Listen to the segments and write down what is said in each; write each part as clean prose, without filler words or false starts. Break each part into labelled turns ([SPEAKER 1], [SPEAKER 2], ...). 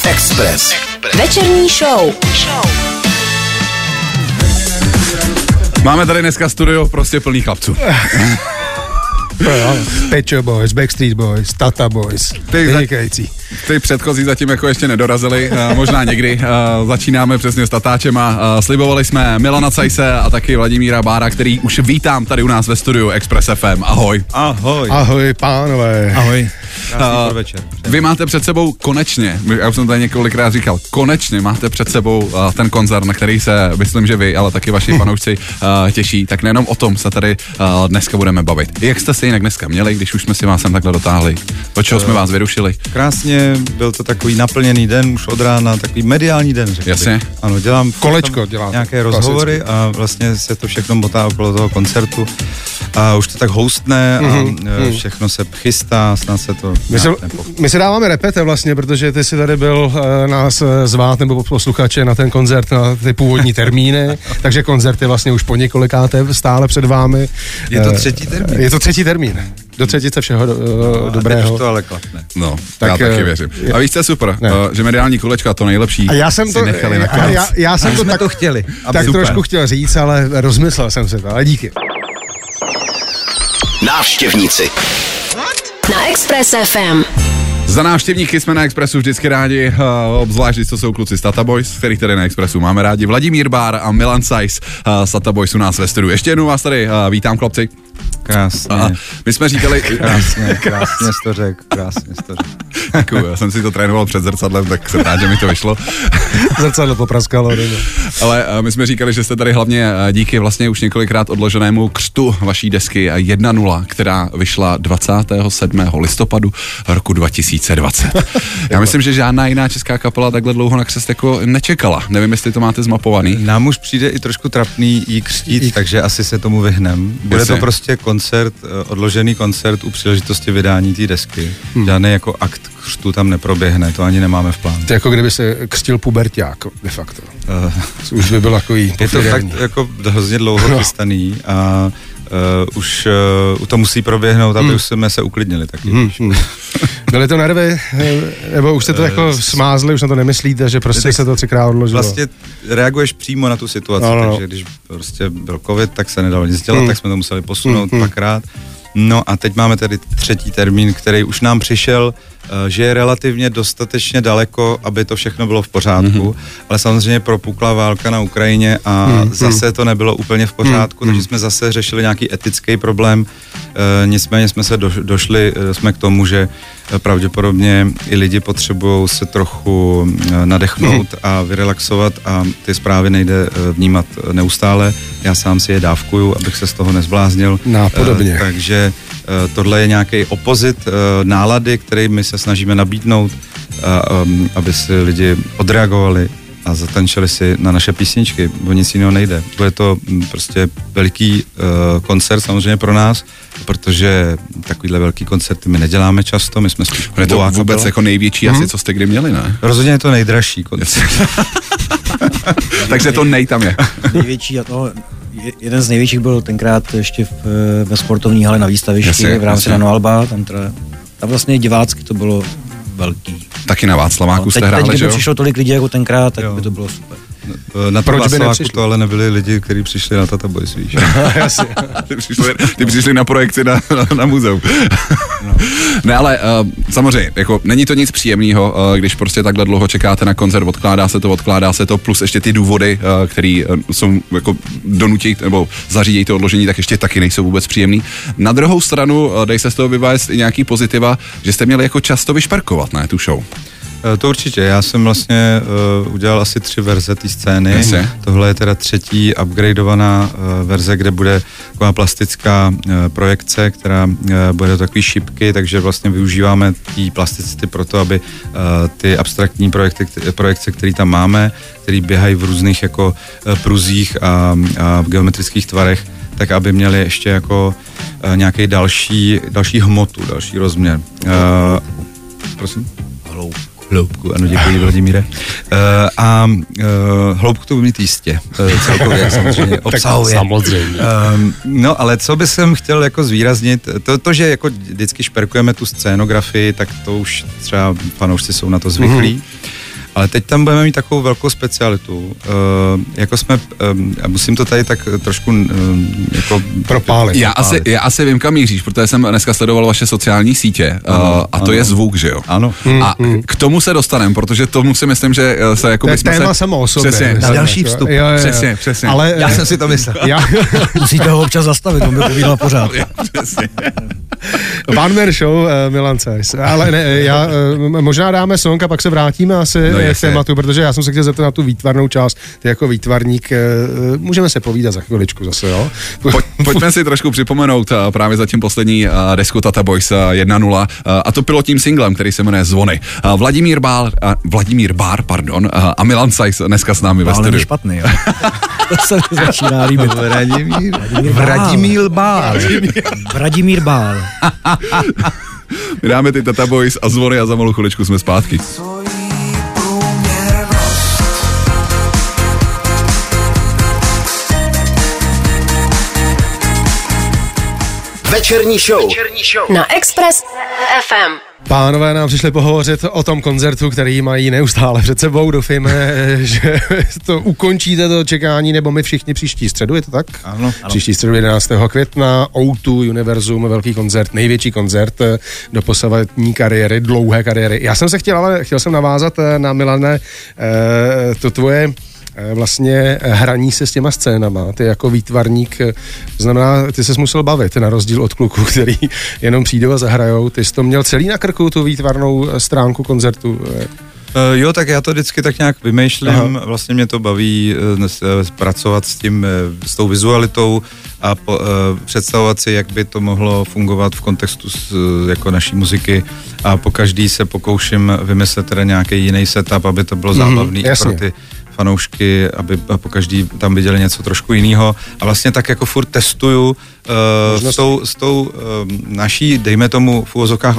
[SPEAKER 1] Express. Večerní show.
[SPEAKER 2] Máme tady dneska studio prostě plný chlapců.
[SPEAKER 3] Pet Shop Boys, Backstreet Boys, Tata Boys, vynikající.
[SPEAKER 2] Ty předchozí zatím jako ještě nedorazili, možná někdy. Začínáme přesně s Tatáčem a slibovali jsme Milana Cajse a taky Vladimíra Bára, který už vítám tady u nás ve studiu Express FM. Ahoj.
[SPEAKER 4] Ahoj.
[SPEAKER 3] Ahoj, pánové.
[SPEAKER 4] Ahoj. Podvečer.
[SPEAKER 2] Vy máte před sebou konečně, já už jsem tady několikrát říkal, konečně máte před sebou ten koncert, na který se, myslím, že vy, ale taky vaši fanoušci těší, tak nejenom o tom se tady dneska budeme bavit. Jak jste se jinak dneska měli, když už jsme si vás sem takhle dotáhli? Od čeho jsme vás vyrušili?
[SPEAKER 4] Krásně, byl to takový naplněný den, už od rána, takový mediální den, řekl bych.
[SPEAKER 2] Jasně.
[SPEAKER 4] Ano, dělám
[SPEAKER 3] Kolečko dělám.
[SPEAKER 4] Nějaké rozhovory a vlastně se to všechno motá okolo toho koncertu a už to tak hostné a všechno se chystá, snad se to
[SPEAKER 3] My si dáváme repete vlastně, protože ty si tady byl nás zvát nebo posluchače na ten koncert, na ty původní termíny, takže koncert je vlastně už po několikáté stále před vámi.
[SPEAKER 4] Je to třetí termín.
[SPEAKER 3] Je to třetí termín. Do třetice všeho dobrého.
[SPEAKER 4] A teď už to ale klapne.
[SPEAKER 2] No, tak, já taky věřím. A víš, co je super, že mediální kolečka, to nejlepší
[SPEAKER 3] a já jsem
[SPEAKER 2] si nechali nakonec.
[SPEAKER 3] Já jsem to tak
[SPEAKER 4] chtěli.
[SPEAKER 3] Tak super. Trošku chtěl říct, ale rozmyslel jsem si to, ale díky.
[SPEAKER 1] Návštěvníci na Express FM.
[SPEAKER 2] Za návštěvníky jsme na Expressu vždycky rádi, obzvlášť, když to jsou kluci z Tata Boys, kterých tady na Expressu máme rádi. Vladimír Bár a Milan Cajs z Tata Boys u nás ve studiu. Ještě jednou vás tady vítám, chlapci.
[SPEAKER 4] Krásně.
[SPEAKER 2] My jsme říkali...
[SPEAKER 4] Krásně jsi to řekl.
[SPEAKER 2] Děkuju, já jsem si to trénoval před zrcadlem, tak jsem rád, že mi to vyšlo.
[SPEAKER 3] Zrcadlo popraskalo.
[SPEAKER 2] Ale my jsme říkali, že jste tady hlavně díky vlastně už několikrát odloženému křtu vaší desky 1.0, která vyšla 27. listopadu roku 2020. Já myslím, že žádná jiná česká kapela takhle dlouho na křest jako nečekala. Nevím, jestli to máte zmapovaný.
[SPEAKER 4] Nám už přijde i trošku trapný jí křtít, takže asi se tomu vyhnem. Bude to prostě koncert, odložený koncert u příležitosti vydání té desky. Žádný jako akt křtu tam neproběhne, to ani nemáme v plánu.
[SPEAKER 3] To jako kdyby se křtil puberťák, de facto. Už by byl takový
[SPEAKER 4] je to fakt jako hrozně dlouho chystaný a už to musí proběhnout, aby už jsme se uklidnili taky.
[SPEAKER 3] Byly to nervy, nebo už jste to jako smázli, už na to nemyslíte, že prostě se to 3krát odložilo?
[SPEAKER 4] Vlastně reaguješ přímo na tu situaci, takže když prostě byl covid, tak se nedalo nic dělat, tak jsme to museli posunout dvakrát. No a teď máme tady třetí termín, který už nám přišel, že je relativně dostatečně daleko, aby to všechno bylo v pořádku, ale samozřejmě propukla válka na Ukrajině a zase to nebylo úplně v pořádku, takže jsme zase řešili nějaký etický problém, nicméně jsme se došli jsme k tomu, že pravděpodobně i lidi potřebují se trochu nadechnout a vyrelaxovat a ty zprávy nejde vnímat neustále. Já sám si je dávkuju, abych se z toho nezbláznil.
[SPEAKER 3] Podobně.
[SPEAKER 4] Takže tohle je nějaký opozit nálady, který my se snažíme nabídnout, aby si lidi odreagovali a zatančili si na naše písničky, bo nic jiného nejde. Bude to prostě veliký koncert samozřejmě pro nás, protože takovýhle velký koncerty my neděláme často, my jsme spíš
[SPEAKER 2] je to vůbec jako největší asi, co jste kdy měli, ne?
[SPEAKER 4] Rozhodně je to nejdražší koncert.
[SPEAKER 2] Takže to tam je.
[SPEAKER 5] Největší a to jeden z největších byl tenkrát ještě ve sportovní hale na výstavišti v rámci Nano Alba, tam vlastně divácky to bylo velký.
[SPEAKER 2] Taky na Václaváku jste hráli,
[SPEAKER 5] že jo?
[SPEAKER 2] Teď,
[SPEAKER 5] přišlo tolik lidí jako tenkrát, tak by to bylo super.
[SPEAKER 4] Na Václaváku to ale nebyli lidi, kteří přišli na Tata Boys, víš.
[SPEAKER 2] Ty přišli na projekci na muzeum. Ne, ale samozřejmě, jako není to nic příjemného, když prostě takhle dlouho čekáte na koncert, odkládá se to, plus ještě ty důvody, které jsou jako donutí nebo zařídějí to odložení, tak ještě taky nejsou vůbec příjemný. Na druhou stranu, dej se z toho vyvést i nějaký pozitiva, že jste měli jako často vyšparkovat, ne, tu show.
[SPEAKER 4] To určitě, já jsem vlastně udělal asi 3 verze té scény. Tohle je teda třetí upgradeovaná verze, kde bude taková plastická projekce, která bude do takový šipky, takže vlastně využíváme té plasticity pro to, aby ty abstraktní projekce, které tam máme, které běhají v různých jako pruzích a v geometrických tvarech, tak aby měli ještě jako nějaký další hmotu, další rozměr. Prosím? Hloubku, ano, děkuji, Vladimíre. Hloubku to bude mít jistě, celkově samozřejmě, obsahově.
[SPEAKER 3] Samozřejmě.
[SPEAKER 4] No, ale co bych chtěl jako zvýraznit, to, že jako vždycky šperkujeme tu scénografii, tak to už třeba fanoušci jsou na to zvyklí. Ale teď tam budeme mít takovou velkou specialitu, jako jsme, musím to tady tak trošku jako
[SPEAKER 3] propálit.
[SPEAKER 2] Já asi vím, kam míříš, protože jsem dneska sledoval vaše sociální sítě a to je zvuk, že jo?
[SPEAKER 4] Ano.
[SPEAKER 2] A k tomu se dostaneme, protože tomu si myslím, že se jako...
[SPEAKER 3] To je téma samo o sobě.
[SPEAKER 2] Přesně.
[SPEAKER 5] Na další vstup.
[SPEAKER 3] Jo.
[SPEAKER 2] Přesně.
[SPEAKER 3] Ale
[SPEAKER 5] Já jsem si to myslel. Musíte ho občas zastavit, on by povídal pořád.
[SPEAKER 2] Přesně.
[SPEAKER 3] One Man Show, Milan Cajs. Ale ne, možná dáme song a pak se vrátíme asi k tématu, protože já jsem se chtěl zeptat na tu výtvarnou část. Ty jako výtvarník, můžeme se povídat za chviličku zase, jo?
[SPEAKER 2] Pojďme si trošku připomenout právě zatím poslední desku Tata Boys 1.0 a to pilotním singlem, který se jmenuje Zvony. Vladimír Bár a Milan Cajs dneska s námi ve studiu.
[SPEAKER 5] Ale špatný, jo. To se mi začíná líbit. Vladimír Bál.
[SPEAKER 2] My dáme ty Tata Boys a Zvony a za malou chviličku jsme zpátky.
[SPEAKER 1] Večerní show na Express FM.
[SPEAKER 3] Pánové nám přišli pohovořit o tom koncertu, který mají neustále před sebou. Doufejme, že to ukončíte to čekání, nebo my všichni příští středu, je to tak?
[SPEAKER 4] Ano.
[SPEAKER 3] Příští středu 11. května, O2 Univerzum, velký koncert, největší koncert do posavadní kariéry, dlouhé kariéry. Já jsem se chtěl jsem navázat na Milane, to tvoje vlastně hraní se s těma scénama. Ty jako výtvarník, znamená, ty ses musel bavit, na rozdíl od kluků, který jenom přijdou a zahrajou. Ty jsi to měl celý na krku, tu výtvarnou stránku koncertu.
[SPEAKER 4] Jo, tak já to vždycky tak nějak vymýšlím, vlastně mě to baví pracovat s tou vizualitou a představovat si, jak by to mohlo fungovat v kontextu jako naší muziky a po každý se pokouším vymyslet teda nějaký jiný setup, aby to bylo zábavný pro ty fanoušky, aby po každý tam viděli něco trošku jiného a vlastně tak jako furt testuju s tou naší, dejme tomu v uvozovkách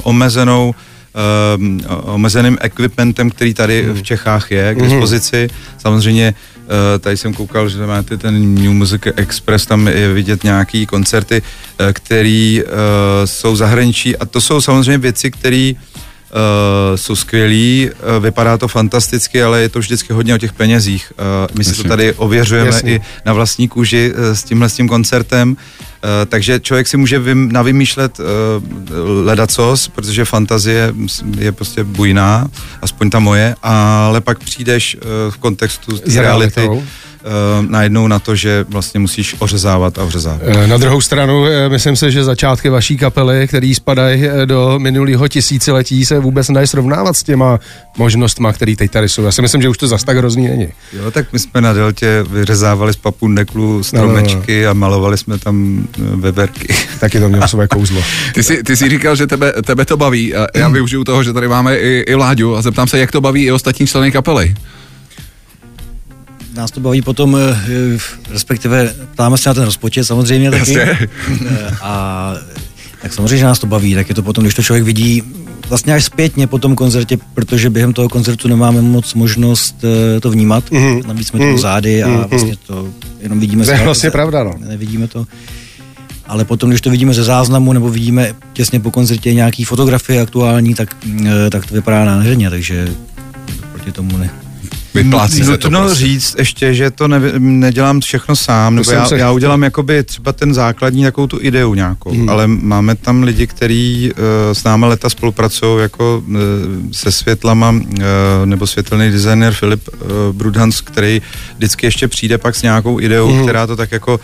[SPEAKER 4] omezeným equipmentem, který tady v Čechách je k dispozici. Samozřejmě tady jsem koukal, že máte ten New Music Express, tam je vidět nějaký koncerty, který jsou v zahraničí a to jsou samozřejmě věci, které jsou skvělí, vypadá to fantasticky, ale je to vždycky hodně o těch penězích. My si to tady ověřujeme i na vlastní kůži s tím koncertem, takže člověk si může navymýšlet ledacos, protože fantazie je prostě bujná, aspoň ta moje, ale pak přijdeš v kontextu z reality najednou na to, že vlastně musíš ořezávat.
[SPEAKER 3] Na druhou stranu, myslím si, že začátky vaší kapely, který spadají do minulého tisíciletí, se vůbec nedají srovnávat s těma možnostma, které teď tady jsou. Já si myslím, že už to zas tak hrozný není.
[SPEAKER 4] Jo, tak my jsme na Deltě vyřezávali z papundeklu stromečky a malovali jsme tam veverky.
[SPEAKER 3] Taky to mělo své kouzlo.
[SPEAKER 2] Ty jsi říkal, že tebe to baví. Já využiju toho, že tady máme i Vláďu a zeptám se, jak to baví i ostatní členy kapely.
[SPEAKER 5] Nás to baví potom, respektive ptáme se na ten rozpočet samozřejmě taky. A tak samozřejmě, že nás to baví, tak je to potom, když to člověk vidí vlastně až zpětně po tom koncertě, protože během toho koncertu nemáme moc možnost to vnímat. Navíc jsme to zády a vlastně to jenom vidíme.
[SPEAKER 3] To je vlastně pravda, no.
[SPEAKER 5] Nevidíme to. Ale potom, když to vidíme ze záznamu nebo vidíme těsně po koncertě nějaký fotografie aktuální, tak to vypadá nádherně, takže proti tomu ne.
[SPEAKER 2] Vyplácí se to
[SPEAKER 4] prostě. Říct ještě, že to nedělám všechno sám, nebo já udělám jakoby třeba ten základní takovou tu ideu nějakou, ale máme tam lidi, kteří s námi leta spolupracují jako se světlama, nebo světelný designer Filip Brudhans, který vždycky ještě přijde pak s nějakou ideou, která to tak jako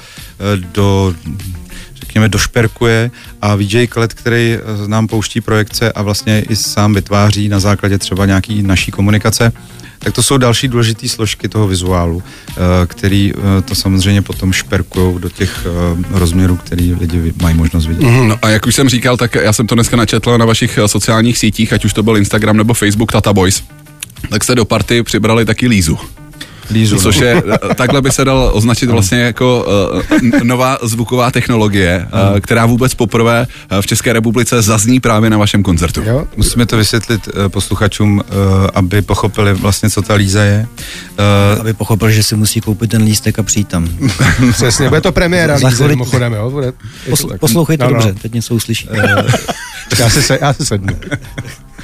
[SPEAKER 4] došperkuje a VJ Klet, který nám pouští projekce a vlastně i sám vytváří na základě třeba nějaký naší komunikace, tak to jsou další důležité složky toho vizuálu, který to samozřejmě potom šperkujou do těch rozměrů, který lidi mají možnost vidět.
[SPEAKER 2] No a jak už jsem říkal, tak já jsem to dneska načetl na vašich sociálních sítích, ať už to byl Instagram nebo Facebook Tata Boys, tak jste do party přibrali taky Lízu. Což je, takhle by se dal označit vlastně jako nová zvuková technologie, která vůbec poprvé v České republice zazní právě na vašem koncertu.
[SPEAKER 3] Jo?
[SPEAKER 4] Musíme to vysvětlit posluchačům, aby pochopili vlastně, co ta Líza je.
[SPEAKER 5] Aby pochopili, že si musí koupit ten lístek a přijít tam.
[SPEAKER 3] Přesně, bude to premiéra Lízy, mimochodem, jo?
[SPEAKER 5] Poslouchejte dobře, teď něco uslyší.
[SPEAKER 3] Já se sednu.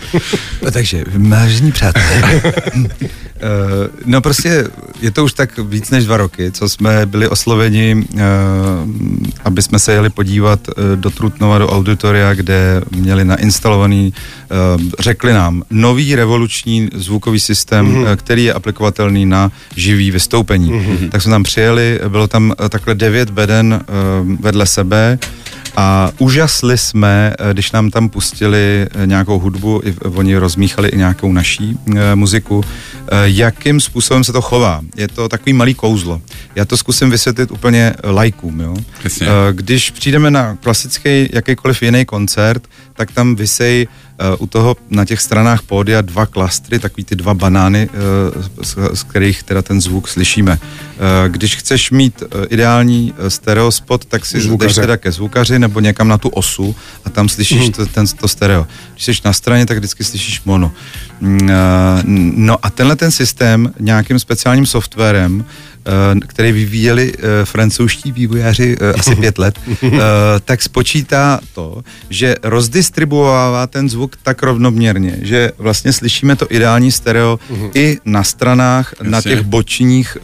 [SPEAKER 4] Takže, vážení přátelé, no prostě je to už tak víc než 2 roky, co jsme byli osloveni, aby jsme se jeli podívat do Trutnova, do auditoria, kde měli nainstalovaný, řekli nám, nový revoluční zvukový systém, který je aplikovatelný na živý vystoupení. Tak jsme tam přijeli, bylo tam takhle 9 beden vedle sebe, a úžasli jsme, když nám tam pustili nějakou hudbu, oni rozmíchali i nějakou naší muziku, jakým způsobem se to chová. Je to takový malý kouzlo. Já to zkusím vysvětlit úplně laikům. Jo? Když přijdeme na klasický jakýkoliv jiný koncert, tak tam visej u toho na těch stranách pódia 2 klastry, takový ty 2 banány, z kterých teda ten zvuk slyšíme. Když chceš mít ideální stereospot, tak si jdeš teda ke zvukaři nebo někam na tu osu a tam slyšíš to stereo. Když jsi na straně, tak vždycky slyšíš mono. No a tenhle ten systém nějakým speciálním softwarem, který vyvíjeli francouzští vývojáři asi 5 let, tak spočítá to, že rozdistribuovává ten zvuk tak rovnoměrně, že vlastně slyšíme to ideální stereo i na stranách, na těch bočních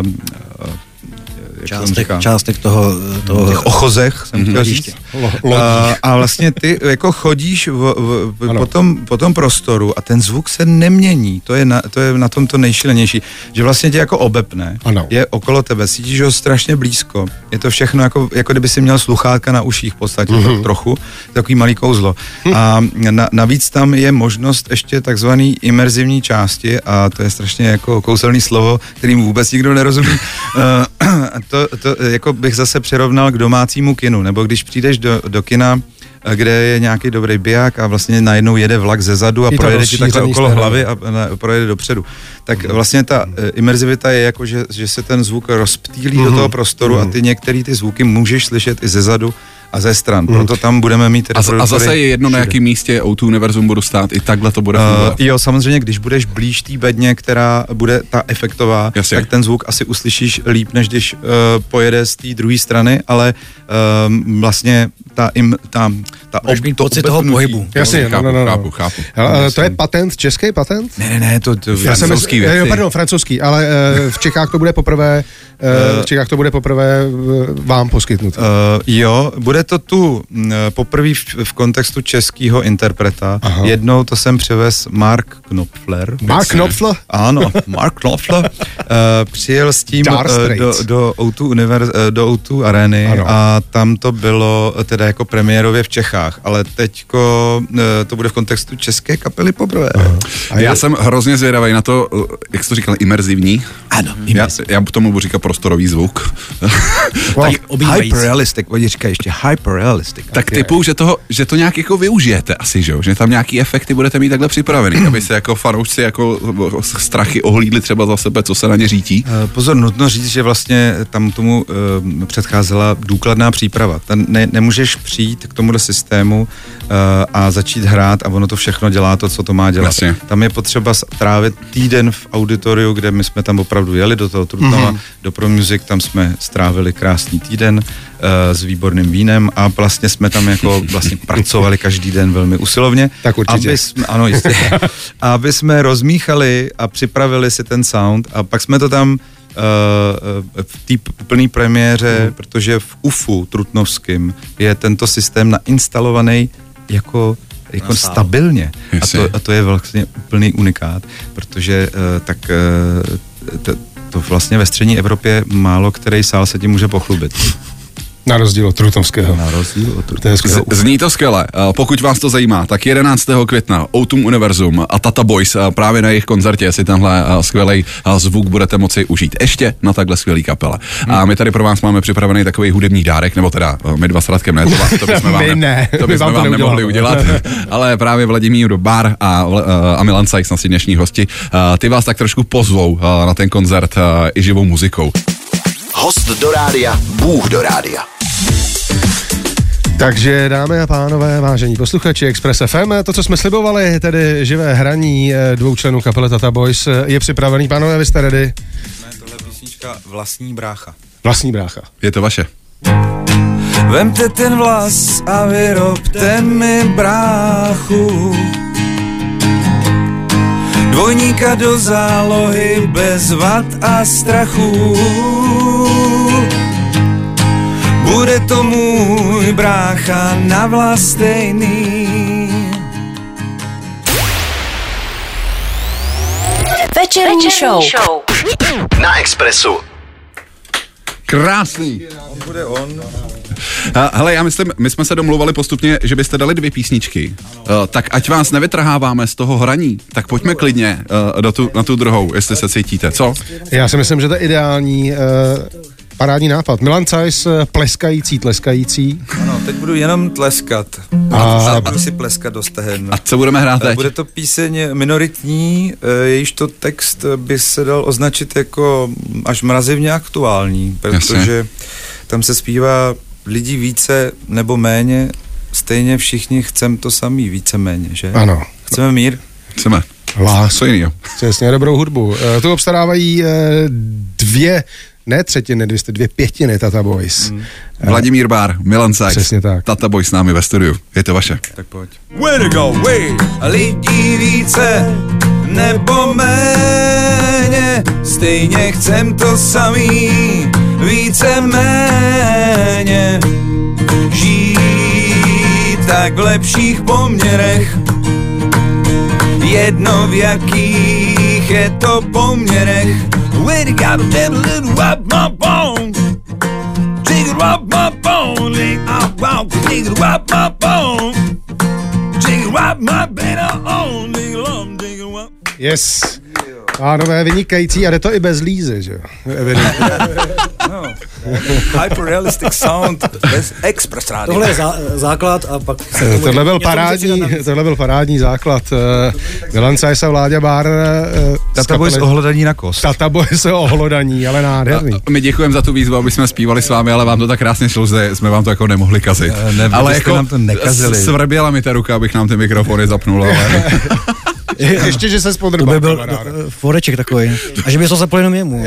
[SPEAKER 5] částek toho
[SPEAKER 4] těch ochozech, jsem chtěl říct. A vlastně ty jako chodíš po tom prostoru a ten zvuk se nemění. To je na tom to nejšilenější, že vlastně tě jako obepne, je okolo tebe, cítíš ho strašně blízko. Je to všechno jako kdyby si měl sluchátka na uších v podstatě, trochu, takový malý kouzlo. A navíc tam je možnost ještě takzvaný imerzivní části a to je strašně jako kouzelný slovo, kterým vůbec nikdo nerozumí. To jako bych zase přirovnal k domácímu kinu, nebo když přijdeš do kina, kde je nějaký dobrý biják a vlastně najednou jede vlak ze zadu a projede ti takhle okolo hlavy a projede dopředu. Tak vlastně ta imerzivita je jako, že se ten zvuk rozptýlí do toho prostoru a ty některý ty zvuky můžeš slyšet i ze zadu a ze stran, proto tam budeme mít
[SPEAKER 2] a zase je jedno, na jakém místě O2 Univerzum budu stát, i takhle to bude fungovat.
[SPEAKER 4] Jo, samozřejmě, když budeš blíž té bedně, která bude ta efektová, tak ten zvuk asi uslyšíš líp, než když pojede z té druhé strany, ale vlastně
[SPEAKER 5] pocit toho pohybu.
[SPEAKER 3] Jasně,
[SPEAKER 2] chápu.
[SPEAKER 3] To je patent, český patent?
[SPEAKER 4] Ne, to
[SPEAKER 2] francouzský věci.
[SPEAKER 3] Pardon, francouzský, ale v Čechách to bude poprvé vám poskytnut.
[SPEAKER 4] Jo, bude to tu poprvé v kontextu českého interpreta. Aha. Jednou to jsem přivez Mark Knopfler.
[SPEAKER 3] Mark Knopfler?
[SPEAKER 4] Ano, Mark Knopfler. Přijel s tím do O2 arény a tam to bylo teda jako premiérově v Čechách, ale teďko to bude v kontextu české kapely poprvé.
[SPEAKER 2] Já jsem hrozně zvědavý na to, jak jsi to říkal, imerzivní.
[SPEAKER 5] Ano,
[SPEAKER 2] já tomu budu říkat prostorový zvuk.
[SPEAKER 4] Hyperrealistic, oni říkají ještě hyperrealistic.
[SPEAKER 2] Tak typu, že to nějak jako využijete asi, že tam nějaký efekty budete mít takhle připravený, aby se jako fanoušci jako strachy ohlídli třeba za sebe, co se na ně řítí.
[SPEAKER 4] Pozor, nutno říct, že vlastně tam tomu předcházela důkladná příprava. Nemůžeš přijít k tomuhle systému a začít hrát a ono to všechno dělá to, co to má dělat. Jasně. Tam je potřeba trávit týden v auditoriu, kde my jsme tam opravdu jeli do toho Trutnova, do Pro Music, tam jsme strávili krásný týden s výborným vínem a vlastně jsme tam jako vlastně pracovali každý den velmi usilovně.
[SPEAKER 3] Tak určitě.
[SPEAKER 4] Aby jsme rozmíchali a připravili si ten sound a pak jsme to tam v té plné premiéře, protože v UFU trutnovským je tento systém nainstalovaný jako stabilně. A to je vlastně úplný unikát, protože to vlastně ve střední Evropě málo který sál se tím může pochlubit.
[SPEAKER 3] Na rozdíl od Trutnovského.
[SPEAKER 2] Zní to skvěle. Pokud vás to zajímá, tak 11. května O2 Univerzum a Tata Boys právě na jejich koncertě si tenhle skvělej zvuk budete moci užít. Ještě na takhle skvělý kapele. A my tady pro vás máme připravený takový hudební dárek, nebo teda my dva s Radkem ne, to bychom vám nemohli udělat. Ale právě Vladimír Bár a Milan Sykes, naši dnešní hosti, ty vás tak trošku pozvou na ten koncert i živou muzikou.
[SPEAKER 1] Host do rádia, Bůh do rádia.
[SPEAKER 3] Takže dámy a pánové, vážení posluchači Express FM, to, co jsme slibovali, tedy živé hraní 2 členů kapely Tata Boys, je připravený. Pánové, vy jste ready?
[SPEAKER 4] Tohle písnička Vlastní brácha.
[SPEAKER 3] Vlastní brácha.
[SPEAKER 2] Je to vaše.
[SPEAKER 6] Vemte ten vlas a vyrobte mi bráchu. Bojníka do zálohy bez vad a strachu. Bude to můj brácha na vlastejný.
[SPEAKER 1] Večerní show na Expressu.
[SPEAKER 2] Krásný.
[SPEAKER 4] On bude on.
[SPEAKER 2] Hele, já myslím, my jsme se domluvali postupně, že byste dali 2 písničky. Tak ať vás nevytrháváme z toho hraní, tak pojďme klidně na tu druhou, jestli se cítíte, co?
[SPEAKER 3] Já si myslím, že to je ideální parádní nápad. Milan Cajs, tleskající.
[SPEAKER 4] Ano, teď budu jenom tleskat. A budu si pleskat do stehen.
[SPEAKER 2] A co budeme hrát teď?
[SPEAKER 4] Bude to píseň minoritní, jejíž to text by se dal označit jako až mrazivně aktuální, protože tam se zpívá lidi více nebo méně, stejně všichni chceme to samý, více méně, že?
[SPEAKER 3] Ano.
[SPEAKER 4] Chceme mír?
[SPEAKER 2] Chceme.
[SPEAKER 3] Co jinýho. Přesně, dobrou hudbu. Tu obstarávají 2 5 Tata Boys.
[SPEAKER 2] Vladimír Bár, Milan Cajs.
[SPEAKER 3] Přesně tak.
[SPEAKER 2] Tata Boys s námi ve studiu. Je to vaše.
[SPEAKER 4] Tak pojď.
[SPEAKER 6] Where to go, way? Lidí více nebo méně, stejně chcem to samý, více méně. Žít tak v lepších poměrech, jedno v jakých je to poměrech. When you got a little wap my bone, dig it wap my bone, dig it wap my bone, dig it wap my better on, dig it lump, dig it wap.
[SPEAKER 3] Yes. Pánové, vynikající, a jde to i bez Lízy, že jo?
[SPEAKER 4] No. Hyperrealistic sound bez Express rádia.
[SPEAKER 5] Tohle je základ a pak...
[SPEAKER 3] Tohle byl parádní základ. Milan Cajs a Vláďa Bár.
[SPEAKER 4] Tata Boys ohlodaní na kost.
[SPEAKER 3] Tata Boys ohlodaní, ale nádherný.
[SPEAKER 2] My děkujeme za tu výzvu, aby jsme zpívali s vámi, ale vám to tak krásně šlo, že jsme vám to jako nemohli kazit. Ale jako
[SPEAKER 4] nám to nekazili.
[SPEAKER 2] Svrběla mi ta ruka, abych nám ty mikrofony zapnul, ale...
[SPEAKER 3] Ještě, že se spodrbal.
[SPEAKER 5] To by byl foreček takový. A že by to zapal jenom jemu.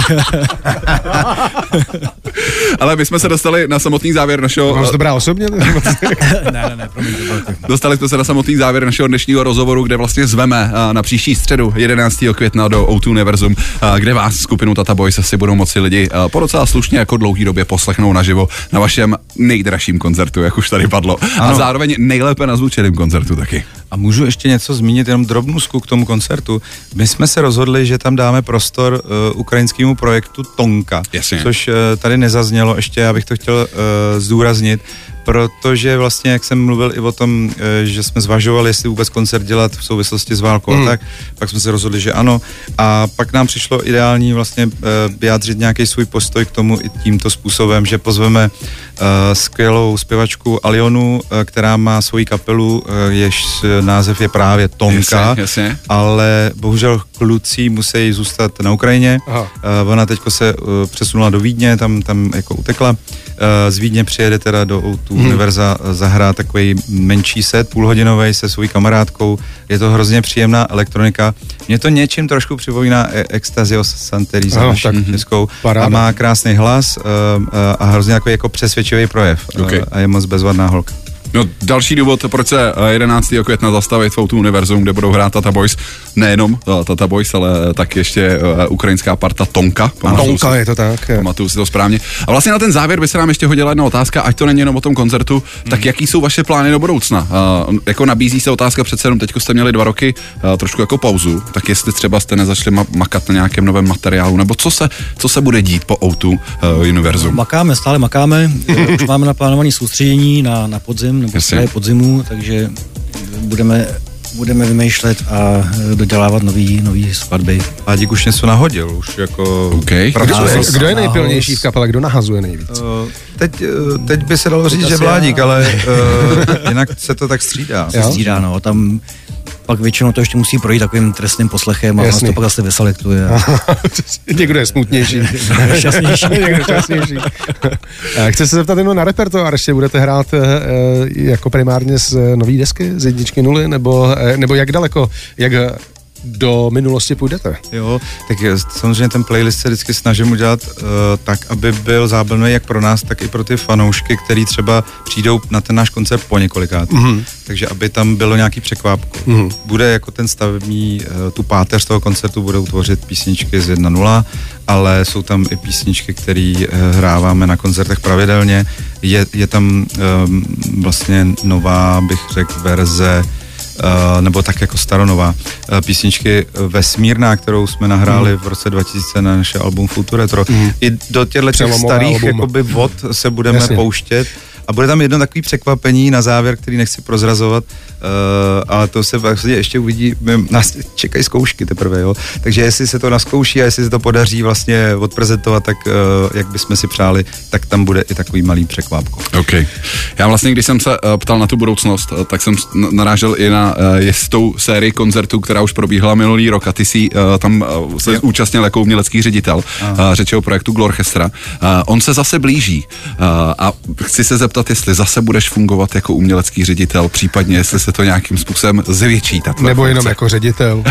[SPEAKER 2] Ale my jsme se dostali na samotný závěr našeho...
[SPEAKER 3] Máš dobrá osobně?
[SPEAKER 5] Ne, promiň.
[SPEAKER 2] Dostali jsme se na samotný závěr našeho dnešního rozhovoru, kde vlastně zveme na příští středu 11. května do O2 Univerzum, kde vás skupinu Tata Boys si budou moci lidi po docela slušně jako dlouhý době poslechnou naživo na vašem nejdražším koncertu, jak už tady padlo. Ano. A zároveň nejlépe nazvučeným koncertu taky.
[SPEAKER 4] A můžu ještě něco zmínit, jenom drobnůzku k tomu koncertu. My jsme se rozhodli, že tam dáme prostor ukrajinskému projektu Tonka, což tady nezaznělo, ještě já bych to chtěl zdůraznit, protože vlastně, jak jsem mluvil i o tom, že jsme zvažovali, jestli vůbec koncert dělat v souvislosti s válkou a tak, pak jsme se rozhodli, že ano. A pak nám přišlo ideální vlastně vyjádřit nějaký svůj postoj k tomu i tímto způsobem, že pozveme skvělou zpěvačku Alionu, která má svoji kapelu, jež název je právě Tonka, ale bohužel kluci musí zůstat na Ukrajině. Ona teďko se přesunula do Vídně, tam jako utekla. Z Vídně přijede teda do O2 Univerza zahrát takový menší set, půlhodinový se svojí kamarádkou. Je to hrozně příjemná elektronika. Mě to něčím trošku připomíná Extasio Santeri za naší českou. A má krásný hlas a hrozně jako přesvědčivý projev. A je moc bezvadná holka.
[SPEAKER 2] No, další důvod, proč se 11. května zastavit v O2 Univerzum, kde budou hrát Tata Boys, nejenom Tata Boys, ale tak ještě ukrajinská parta Tonka.
[SPEAKER 3] Tonka, je to tak.
[SPEAKER 2] Pamatuju si to správně. A vlastně na ten závěr by se nám ještě hodila jedna otázka, ať to není jenom o tom koncertu, tak jaký jsou vaše plány do budoucna? Jako nabízí se otázka přece jenom, teďko jste měli 2 roky trošku jako pauzu, tak jestli třeba jste nezačali makat na nějakém novém materiálu, nebo co se bude dít po O2 Univerzum?
[SPEAKER 5] Stále makáme, už máme naplánované soustředění na podzim, nebo právě podzimu, takže budeme vymýšlet a dodělávat nový skladby.
[SPEAKER 4] A dík už něco nahodil, už jako...
[SPEAKER 2] Okay.
[SPEAKER 3] Kdo je nejpilnější v kapele, kdo nahazuje nejvíc?
[SPEAKER 4] Teď by se dalo říct, že Vládík, ale jinak se to tak střídá.
[SPEAKER 5] Střídá, no, tam pak většinou to ještě musí projít takovým trestným poslechem a nás to pak zase vyselektuje.
[SPEAKER 3] Někdo je smutnější.
[SPEAKER 5] Šťastnější.
[SPEAKER 3] Někdo šťastnější. Chci se zeptat jenom na repertoár, ještě budete hrát jako primárně z nový desky, z 1.0, nebo jak daleko, jak do minulosti půjdete.
[SPEAKER 4] Jo, tak samozřejmě ten playlist se vždycky snažím udělat tak, aby byl zábavný jak pro nás, tak i pro ty fanoušky, který třeba přijdou na ten náš koncert po několikrát. Takže aby tam bylo nějaký překvápko. Bude jako ten stavební, tu páteř toho koncertu budou tvořit písničky z 1.0, ale jsou tam i písničky, které hráváme na koncertech pravidelně. Je tam vlastně nová, bych řekl, verze nebo tak jako staronová písničky Vesmírná, kterou jsme nahráli v roce 2000 na naše album Future Retro. I do těchto starých jakoby vod se budeme pouštět. A bude tam jedno takový překvapení na závěr, který nechci prozrazovat, ale to se vlastně ještě uvidí, nás čekají zkoušky teprve, jo. Takže jestli se to naskouší a jestli se to podaří vlastně odprezentovat, tak jak bychom si přáli, tak tam bude i takový malý překvápko.
[SPEAKER 2] OK. Já vlastně, když jsem se ptal na tu budoucnost, tak jsem narážel i na jistou sérii koncertů, která už probíhala minulý rok a ty si tam se účastnil jako umělecký ředitel řečeho projektu Glorchestra. On se zase blíží a chci se zeptat, jestli zase budeš fungovat jako umělecký ředitel, případně jestli se to nějakým způsobem zvětší.
[SPEAKER 3] Nebo jenom jako ředitel.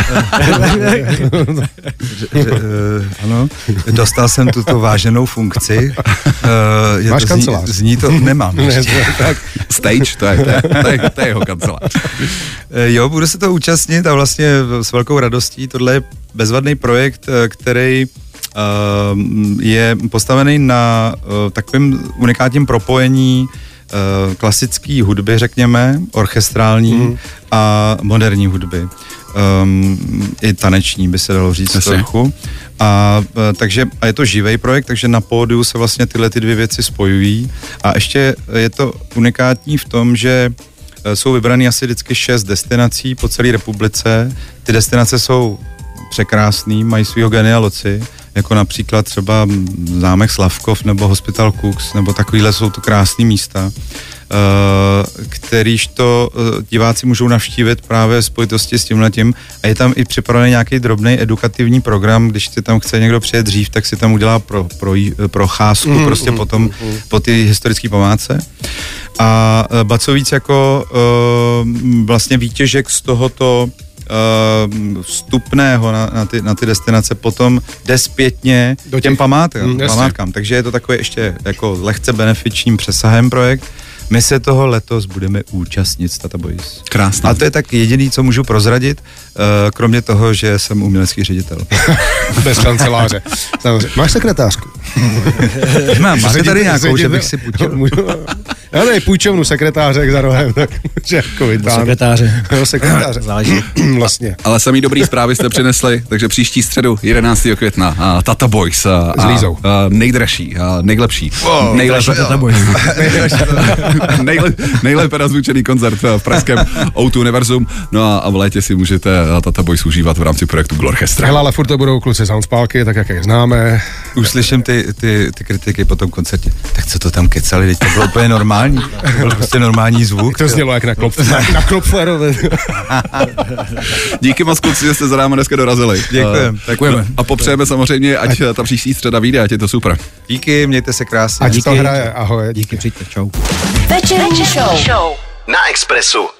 [SPEAKER 4] Ano, dostal jsem tuto váženou funkci.
[SPEAKER 3] Máš kancelář?
[SPEAKER 4] Zní to nemám.
[SPEAKER 2] Stage, to je jeho kancelář.
[SPEAKER 4] Jo, budu se to účastnit a vlastně s velkou radostí. Tohle je bezvadný projekt, který je postavený na takovém unikátním propojení klasické hudby, řekněme, orchestrální a moderní hudby. I taneční, by se dalo říct trochu. Takže je to živý projekt, takže na pódiu se vlastně tyhle ty dvě věci spojují. A ještě je to unikátní v tom, že jsou vybraný asi vždycky 6 destinací po celé republice. Ty destinace jsou překrásný, mají svýho genialoci, jako například třeba zámek Slavkov nebo Hospital Cooks, nebo takovýhle jsou to krásné místa, kterýž to diváci můžou navštívit právě v spojitosti s tímhletím a je tam i připravený nějaký drobný edukativní program, když si tam chce někdo přijet dřív, tak si tam udělá procházku prostě potom po ty historické památce. A ba co víc jako vlastně výtěžek z tohoto vstupného na ty destinace potom jde zpětně těm památkám. Takže je to takový ještě jako lehce benefičním přesahem projekt. My se toho letos budeme účastnit s Tata Boys.
[SPEAKER 2] Krásné.
[SPEAKER 4] A to je tak jediný, co můžu prozradit, kromě toho, že jsem umělecký ředitel.
[SPEAKER 3] Bez kanceláře. Máš sekretářku?
[SPEAKER 4] Máte tady nějakou, že bych si půjčil?
[SPEAKER 3] Já tady půjčovnu sekretářek za rohem, tak že jako vytáhnu. Sekretáře.
[SPEAKER 5] Záleží.
[SPEAKER 3] Vlastně.
[SPEAKER 2] Ale samý dobrý zprávy jste přinesli, takže příští středu 11. května Tata Boys
[SPEAKER 3] s Lízou.
[SPEAKER 2] Nejdražší, nejlepší. Nejlépe nazvučený koncert v pražském O2 Univerzum. No a v létě si můžete Tata Boys užívat v rámci projektu Glorchestra.
[SPEAKER 3] Hele, ale furt to budou kluci Soundspálky, tak jak je známe.
[SPEAKER 4] Už slyším ty kritiky po tom koncertě. Tak co to tam kecali, teď to bylo úplně normální. To byl prostě normální zvuk.
[SPEAKER 3] To znělo jak na Klopferovi.
[SPEAKER 2] Díky moc, kluci, že jste za námi dneska dorazili.
[SPEAKER 4] Děkujeme.
[SPEAKER 2] A popřejeme samozřejmě, ať ta příští středa vyjde, ať je to super.
[SPEAKER 4] Díky, mějte se krásně.
[SPEAKER 3] Ať to hraje, ahoj.
[SPEAKER 5] Díky, přijďte, čau.
[SPEAKER 1] Večerní show na Expressu.